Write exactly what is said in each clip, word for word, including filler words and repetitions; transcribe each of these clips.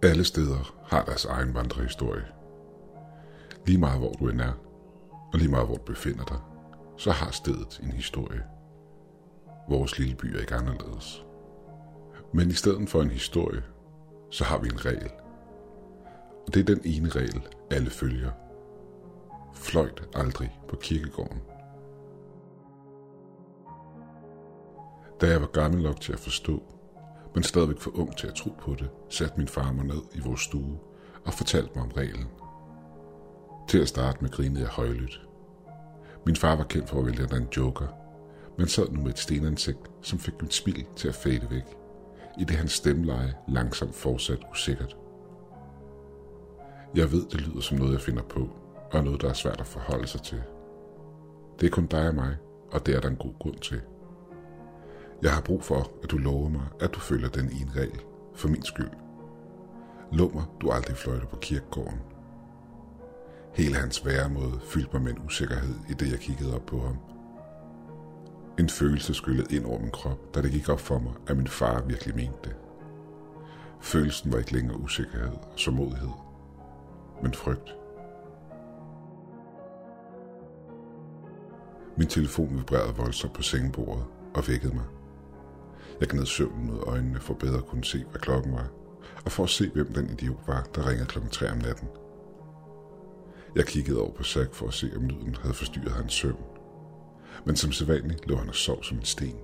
Alle steder har deres egen vandrehistorie. Lige meget hvor du end er, og lige meget hvor du befinder dig, så har stedet en historie. Vores lille by er ikke anderledes. Men i stedet for en historie, så har vi en regel. Og det er den ene regel, alle følger. Fløjt aldrig på kirkegården. Da jeg var gammel nok til at forstå, men stadigvæk for ung til at tro på det, satte min far mig ned i vores stue og fortalte mig om reglen. Til at starte med grinede jeg højlydt. Min far var kendt for at vælge en joker, men sad nu med et stenansigt, som fik mit smil til at fade væk, i det hans stemmeleje langsomt fortsat usikkert. Jeg ved, det lyder som noget, jeg finder på, og noget, der er svært at forholde sig til. Det er kun dig og mig, og det er der en god grund til. Jeg har brug for, at du lover mig, at du følger den ene regel, for min skyld. Lov mig, du aldrig fløjter på kirkegården. Hele hans væremåde fyldte mig med en usikkerhed, i det jeg kiggede op på ham. En følelse skyllede ind over min krop, da det gik op for mig, at min far virkelig mente det. Følelsen var ikke længere usikkerhed og sårmodighed, men frygt. Min telefon vibrerede voldsomt på sengebordet og vækkede mig. Jeg gned søvnen mod øjnene for bedre at kunne se, hvad klokken var, og for at se, hvem den idiot var, der ringede klokken tre om natten. Jeg kiggede over på Zack for at se, om lyden havde forstyrret hans søvn. Men som sædvanligt lå han og sov som en sten.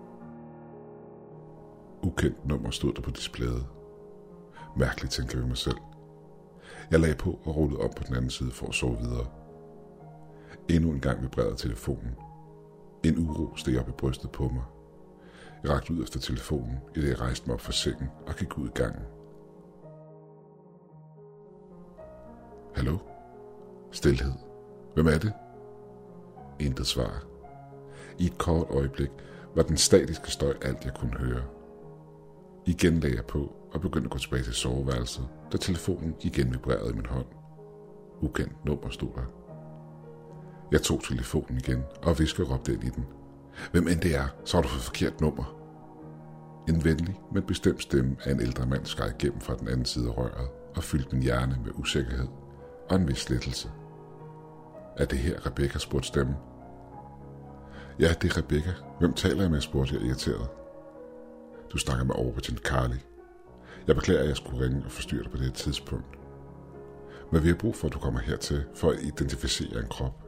Ukendt nummer stod der på displayet. Mærkeligt, tænkte jeg ved mig selv. Jeg lagde på og rullede op på den anden side for at sove videre. Endnu en gang vibrerede telefonen. En uro steg op i brystet på mig. Jeg rakte ud efter telefonen, i det jeg rejste mig op fra sengen og gik ud i gangen. Hallo? Stilhed. Hvem er det? Intet svar. I et kort øjeblik var den statiske støj alt, jeg kunne høre. Igen lagde jeg på og begyndte at gå tilbage til soveværelset, da telefonen igen vibrerede i min hånd. Ukendt nummer stod der. Jeg tog telefonen igen og viskede og råbte ind i den. Hvem end det er, så har du fået forkert nummer. En venlig, men bestemt stemme af en ældre mand skar igennem fra den anden side af røret og fyldte min hjerne med usikkerhed og en vis lettelse. Er det her Rebecca, spurgte stemmen. Ja, det er Rebecca. Hvem taler jeg med, spurgte jeg irriteret. Du snakker med overbetjent Carly. Jeg beklager, at jeg skulle ringe og forstyrre dig på det her tidspunkt. Men vi har brug for, at du kommer hertil for at identificere en krop.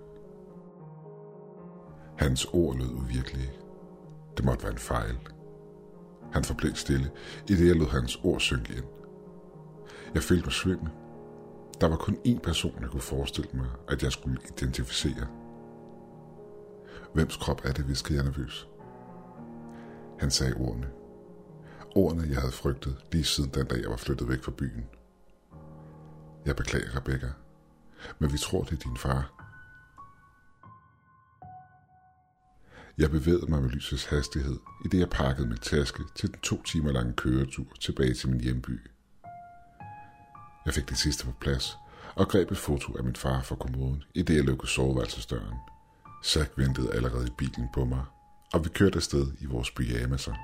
Hans ord lød uvirkelige. Det måtte være en fejl. Han forblev stille, i det jeg lod hans ord synke ind. Jeg følte mig svimmel. Der var kun én person, jeg kunne forestille mig, at jeg skulle identificere. Hvems krop er det, hviskede jeg nervøs. Han sagde ordene. Ordene, jeg havde frygtet lige siden den dag, jeg var flyttet væk fra byen. Jeg beklager, Rebecca, men vi tror, det er din far. Jeg bevægede mig med lysets hastighed, i det jeg pakkede min taske til den to timer lange køretur tilbage til min hjemby. Jeg fik det sidste på plads og greb et foto af min far fra kommoden, i det jeg lukkede soveværelsesdøren. Zack ventede allerede i bilen på mig, og vi kørte afsted i vores pyjamaser.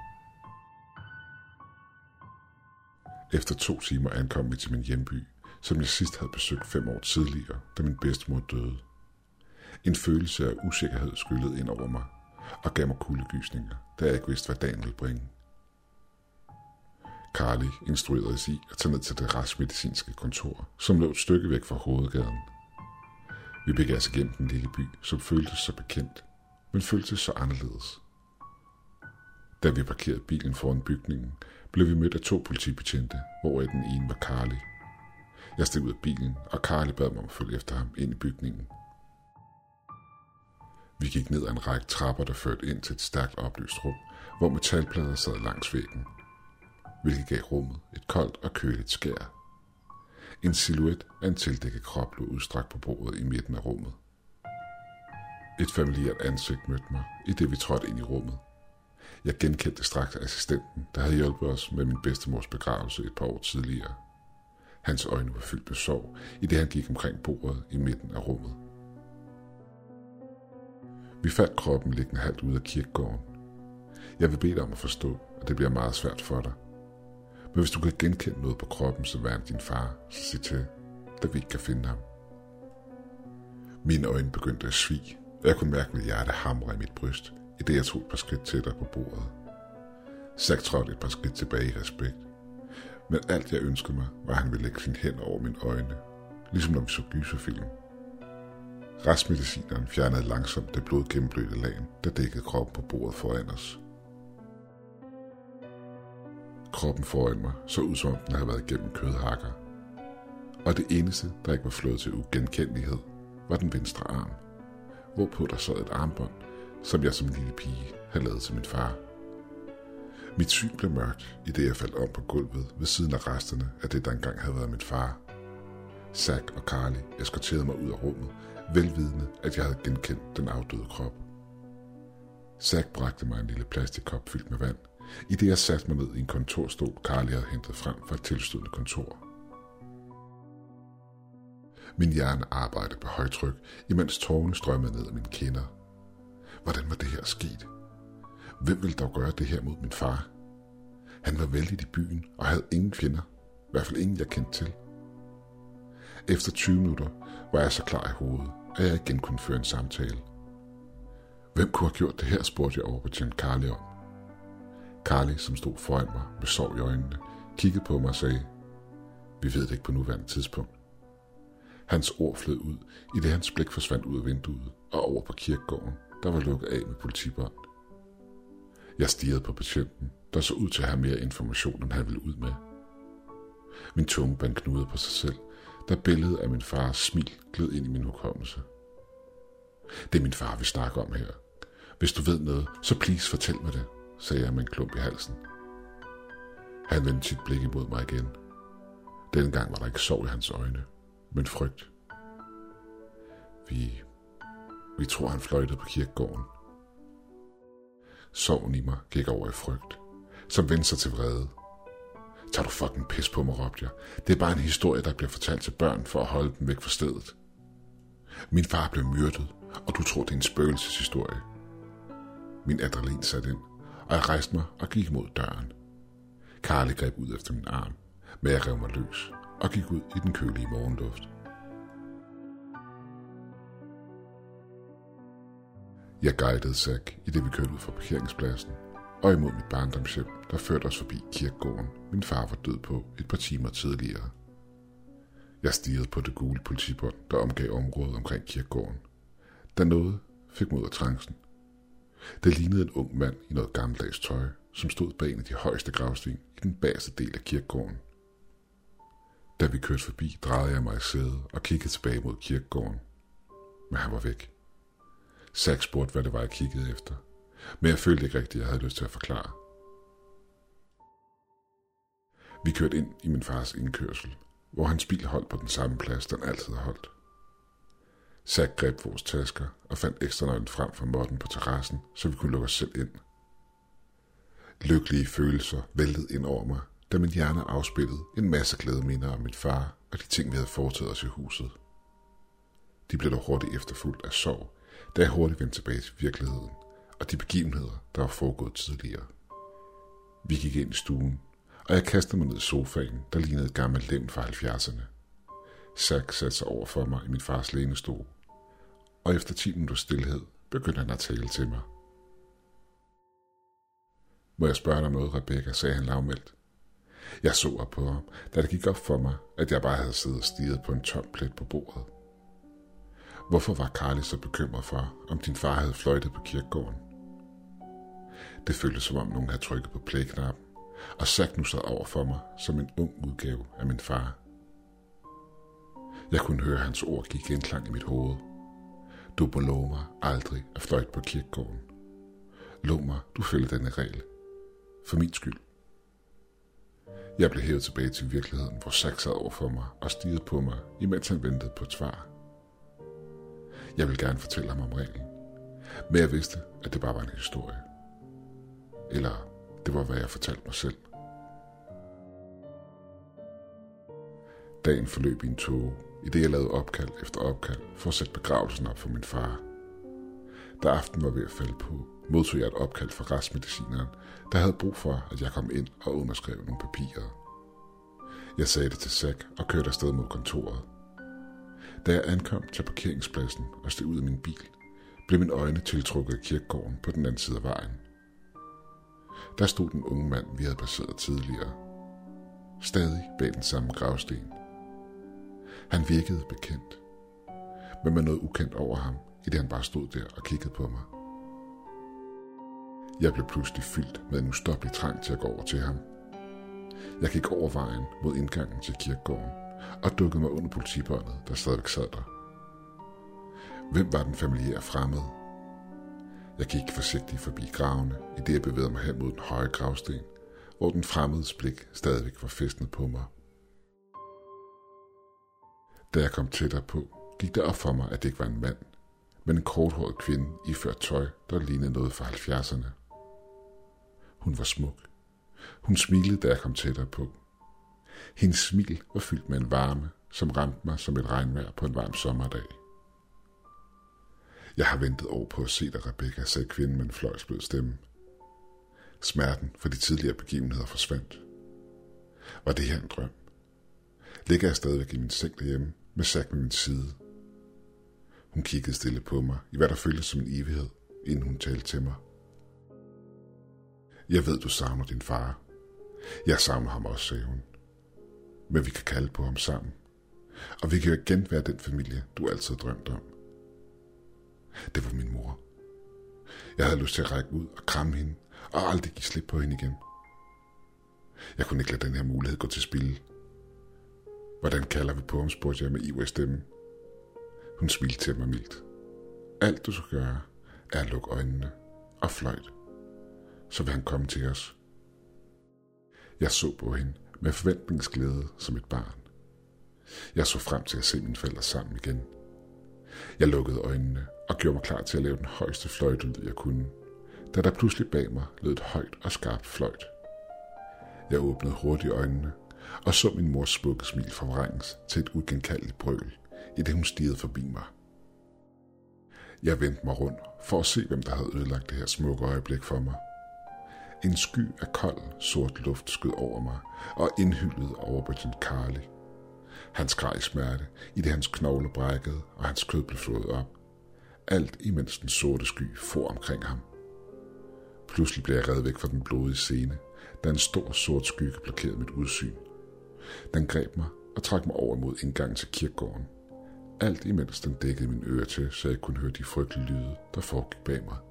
Efter to timer ankom vi til min hjemby, som jeg sidst havde besøgt fem år tidligere, da min bedstemor døde. En følelse af usikkerhed skyllede ind over mig og gav mig kuldegysninger, da jeg ikke vidste, hvad dagen ville bringe. Carly instruerede os i at tage ned til det retsmedicinske kontor, som lå et stykke væk fra hovedgaden. Vi begav os igennem den lille by, som føltes så bekendt, men føltes så anderledes. Da vi parkerede bilen foran bygningen, blev vi mødt af to politibetjente, hvoraf den ene var Carly. Jeg steg ud af bilen, og Carly bad mig om at følge efter ham ind i bygningen. Vi gik ned ad en række trapper, der førte ind til et stærkt oplyst rum, hvor metalplader sad langs væggen, hvilket gav rummet et koldt og køligt skær. En silhuet af en tildækket krop lå udstrakt på bordet i midten af rummet. Et familiært ansigt mødte mig, i det vi trådte ind i rummet. Jeg genkendte straks assistenten, der havde hjulpet os med min bedstemors begravelse et par år tidligere. Hans øjne var fyldt med sorg, i det han gik omkring bordet i midten af rummet. Vi fandt kroppen liggende halvt ude af kirkegården. Jeg vil bede dig om at forstå, at det bliver meget svært for dig. Men hvis du kan genkende noget på kroppen, som værende din far, så sig til, da vi ikke kan finde ham. Mine øjne begyndte at svige, og jeg kunne mærke mit hjerte hamre i mit bryst, i det jeg tog et par skridt tættere på bordet. Zack trådte et par skridt tilbage i respekt, men alt jeg ønskede mig, var at han ville lægge sine hænder over mine øjne, ligesom når vi så gyserfilm. Restmedicineren fjernede langsomt det blodgennemblødte lag, der dækkede kroppen på bordet foran os. Kroppen foran mig så ud, som om den havde været igennem kødhakker, og det eneste, der ikke var flået til ugenkendelighed, var den venstre arm, hvorpå der sad et armbånd, som jeg som lille pige havde lavet til min far. Mit syn blev mørkt, i det jeg faldt om på gulvet ved siden af resterne af det, der engang havde været min far. Zack og Carly eskorterede mig ud af rummet, velvidende, at jeg havde genkendt den afdøde krop. Zack bragte mig en lille plastikkop fyldt med vand, i det jeg satte mig ned i en kontorstol, Carly havde hentet frem fra et tilstødende kontor. Min hjerne arbejdede på højtryk, imens tårerne strømmede ned af mine kinder. Hvordan var det her sket? Hvem ville dog gøre det her mod min far? Han var vældig i byen og havde ingen fjender, i hvert fald ingen jeg kendte til. Efter tyve minutter var jeg så klar i hovedet, at jeg igen kunne føre en samtale. Hvem kunne have gjort det her, spurgte jeg over betjent Carly om. Carly, som stod foran mig med sorg i øjnene, kiggede på mig og sagde, vi ved det ikke på nuværende tidspunkt. Hans ord flød ud, i det hans blik forsvandt ud af vinduet og over på kirkegården, der var lukket af med politibånd. Jeg stirrede på betjenten, der så ud til at have mere information, end han ville ud med. Min tunge bandt knudede på sig selv, da billedet af min fars smil gled ind i min hukommelse. Det er min far, vi snakker om her. Hvis du ved noget, så please fortæl mig det, sagde jeg med en klump i halsen. Han vendte sit blik imod mig igen. Denne gang var der ikke sorg i hans øjne, men frygt. Vi, vi tror, han fløjtede på kirkegården. Sorgen i mig gik over i frygt, som vendte sig til vrede. Tager du fucking pis på mig, råbte jeg. Det er bare en historie, der bliver fortalt til børn for at holde dem væk fra stedet. Min far blev myrdet, og du tror, det er en spøgelseshistorie. Min adrenalin satte ind, og jeg rejste mig og gik mod døren. Carly greb ud efter min arm, men jeg rev mig løs og gik ud i den kølige morgenluft. Jeg guidede Zack, i det vi kørte ud fra parkeringspladsen, og imod mit barndomshjem, der førte os forbi kirkegården, min far var død på et par timer tidligere. Jeg stirrede på det gule politibånd, der omgav området omkring kirkegården, da noget fik mig ud af trancen. Det lignede en ung mand i noget gammeldags tøj, som stod bag en af de højeste gravsten i den bagerste del af kirkegården. Da vi kørte forbi, drejede jeg mig i sædet og kiggede tilbage mod kirkegården. Men han var væk. Zack spurgte, hvad det var, jeg kiggede efter, men jeg følte ikke rigtigt, at jeg havde lyst til at forklare. Vi kørte ind i min fars indkørsel, hvor hans bil holdt på den samme plads, den altid har holdt. Zack greb vores tasker og fandt ekstra nøglen frem fra måtten på terrassen, så vi kunne lukke os selv ind. Lykkelige følelser væltede ind over mig, da min hjerne afspillede en masse glædeminder om min far og de ting, vi havde foretaget os i huset. De blev dog hurtigt efterfulgt af sorg, da jeg hurtigt vendte tilbage til virkeligheden og de begivenheder, der var foregået tidligere. Vi gik ind i stuen, og jeg kastede mig ned i sofaen, der lignede et gammelt lem fra halvfjerdserne. Zack satte sig over for mig i min fars lænestol, og efter ti minutters stillhed begyndte han at tale til mig. Må jeg spørge dig om noget, Rebecca, sagde han lavmældt. Jeg så op på ham, da det gik op for mig, at jeg bare havde siddet og stirret på en tom plet på bordet. Hvorfor var Carly så bekymret for, om din far havde fløjtet på kirkegården? Det føltes som om nogen havde trykket på play-knappen, og Zack nu sad over for mig som en ung udgave af min far. Jeg kunne høre hans ord gik genklang i mit hoved. Du må love mig aldrig at fløjte på kirkegården. Lov mig, du følger denne regel. For min skyld. Jeg blev hævet tilbage til virkeligheden, hvor Zack sad over for mig og stirrede på mig, imens han ventede på et svar. Jeg ville gerne fortælle ham om reglen, men jeg vidste, at det bare var en historie. Eller det var, hvad jeg fortalte mig selv. Dagen forløb i en tåge, i det jeg lavede opkald efter opkald for at sætte begravelsen op for min far. Da aftenen var ved at falde på, modtog jeg et opkald fra restmedicineren, der havde brug for, at jeg kom ind og underskrev nogle papirer. Jeg sagde det til Zack og kørte afsted mod kontoret. Da jeg ankom til parkeringspladsen og steg ud af min bil, blev mine øjne tiltrukket af kirkegården på den anden side af vejen. Der stod den unge mand, vi havde passeret tidligere, stadig bag den samme gravsten. Han virkede bekendt, men med noget ukendt over ham, i det han bare stod der og kiggede på mig. Jeg blev pludselig fyldt med en ustoppelig trang til at gå over til ham. Jeg gik over vejen mod indgangen til kirkegården og dukkede mig under politibåndet, der stadigvæk sad der. Hvem var den familiære fremmede? Jeg gik forsigtigt forbi gravene, i det jeg bevægede mig hen mod den høje gravsten, hvor den fremmedes blik stadigvæk var fæstnet på mig. Da jeg kom tættere på, gik det op for mig, at det ikke var en mand, men en korthåret kvinde iført tøj, der lignede noget fra halvfjerdserne. Hun var smuk. Hun smilede, da jeg kom tættere på. Hendes smil var fyldt med en varme, som ramte mig som et regnvejr på en varm sommerdag. Jeg har ventet år på at se dig, Rebecca, sagde kvinden med en fløjsblød stemme. Smerten for de tidligere begivenheder forsvandt. Var det her en drøm? Ligger jeg stadigvæk i min seng derhjemme, med Zack med min side? Hun kiggede stille på mig, i hvad der føltes som en evighed, inden hun talte til mig. Jeg ved, du savner din far. Jeg savner ham også, sagde hun. Men vi kan kalde på ham sammen. Og vi kan jo igen være den familie, du altid drømte om. Det var min mor. Jeg havde lyst til at række ud og kramme hende, og aldrig give slip på hende igen. Jeg kunne ikke lade den her mulighed gå til spilde. Hvordan kalder vi på ham, spurgte jeg med ivrig stemme. Hun smilte til mig mildt. Alt du skal gøre, er at lukke øjnene og fløjte. Så vil han komme til os. Jeg så på hende med forventningsglæde som et barn. Jeg så frem til at se mine forældre sammen igen. Jeg lukkede øjnene og gjorde mig klar til at lave den højeste fløjtelyd, jeg kunne, da der pludselig bag mig lød et højt og skarpt fløjt. Jeg åbnede hurtigt øjnene og så min mors smukke smil forvrænges til et ugenkaldeligt brøl, i det hun stirrede forbi mig. Jeg vendte mig rundt for at se, hvem der havde ødelagt det her smukke øjeblik for mig. En sky af kold, sort luft skød over mig og indhyllede Aubrey Carly. Han skreg i smerte, i det hans knogler brækkede, og hans kød blev flået op. Alt imens den sorte sky for omkring ham. Pludselig blev jeg revet væk fra den blodige scene, da en stor sort skygge blokerede mit udsyn. Den greb mig og trak mig over mod indgangen til kirkegården. Alt imens den dækkede mine ører til, så jeg kunne høre de frygtelige lyde, der foregik bag mig.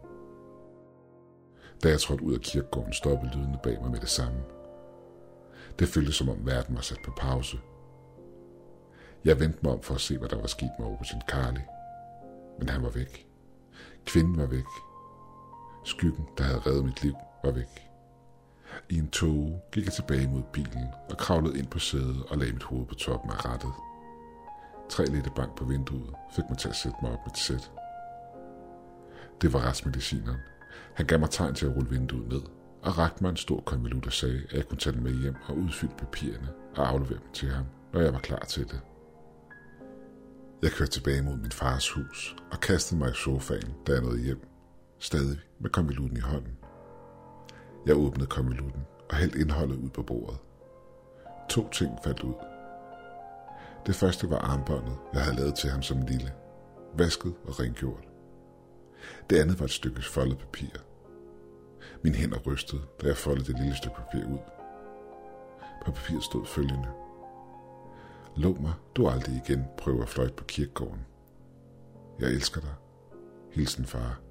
Da jeg trådte ud af kirkegården, stoppede lydene bag mig med det samme. Det føltes som om verden var sat på pause. Jeg vendte mig om for at se, hvad der var sket med Aubrey Carly. Men han var væk. Kvinden var væk. Skyggen, der havde reddet mit liv, var væk. I en tåge gik jeg tilbage mod bilen og kravlede ind på sædet og lagde mit hoved på toppen af rattet. Tre lette bank på vinduet fik mig til at sætte mig op med et sæt. Det var retsmedicineren. Han gav mig tegn til at rulle vinduet ned og rakte mig en stor konvolut og sagde, at jeg kunne tage den med hjem og udfylde papirerne og aflevere dem til ham, når jeg var klar til det. Jeg kørte tilbage mod min fars hus og kastede mig i sofaen, da jeg nåede hjem, stadig med konvolutten i hånden. Jeg åbnede konvolutten og hældte indholdet ud på bordet. To ting faldt ud. Det første var armbåndet, jeg havde lavet til ham som lille, vasket og rengjort. Det andet var et stykke foldet papir. Mine hænder rystede, da jeg foldede det lille stykke papir ud. På papiret stod følgende: Lov mig, du aldrig igen prøver at fløjte på kirkegården. Jeg elsker dig. Hilsen, far.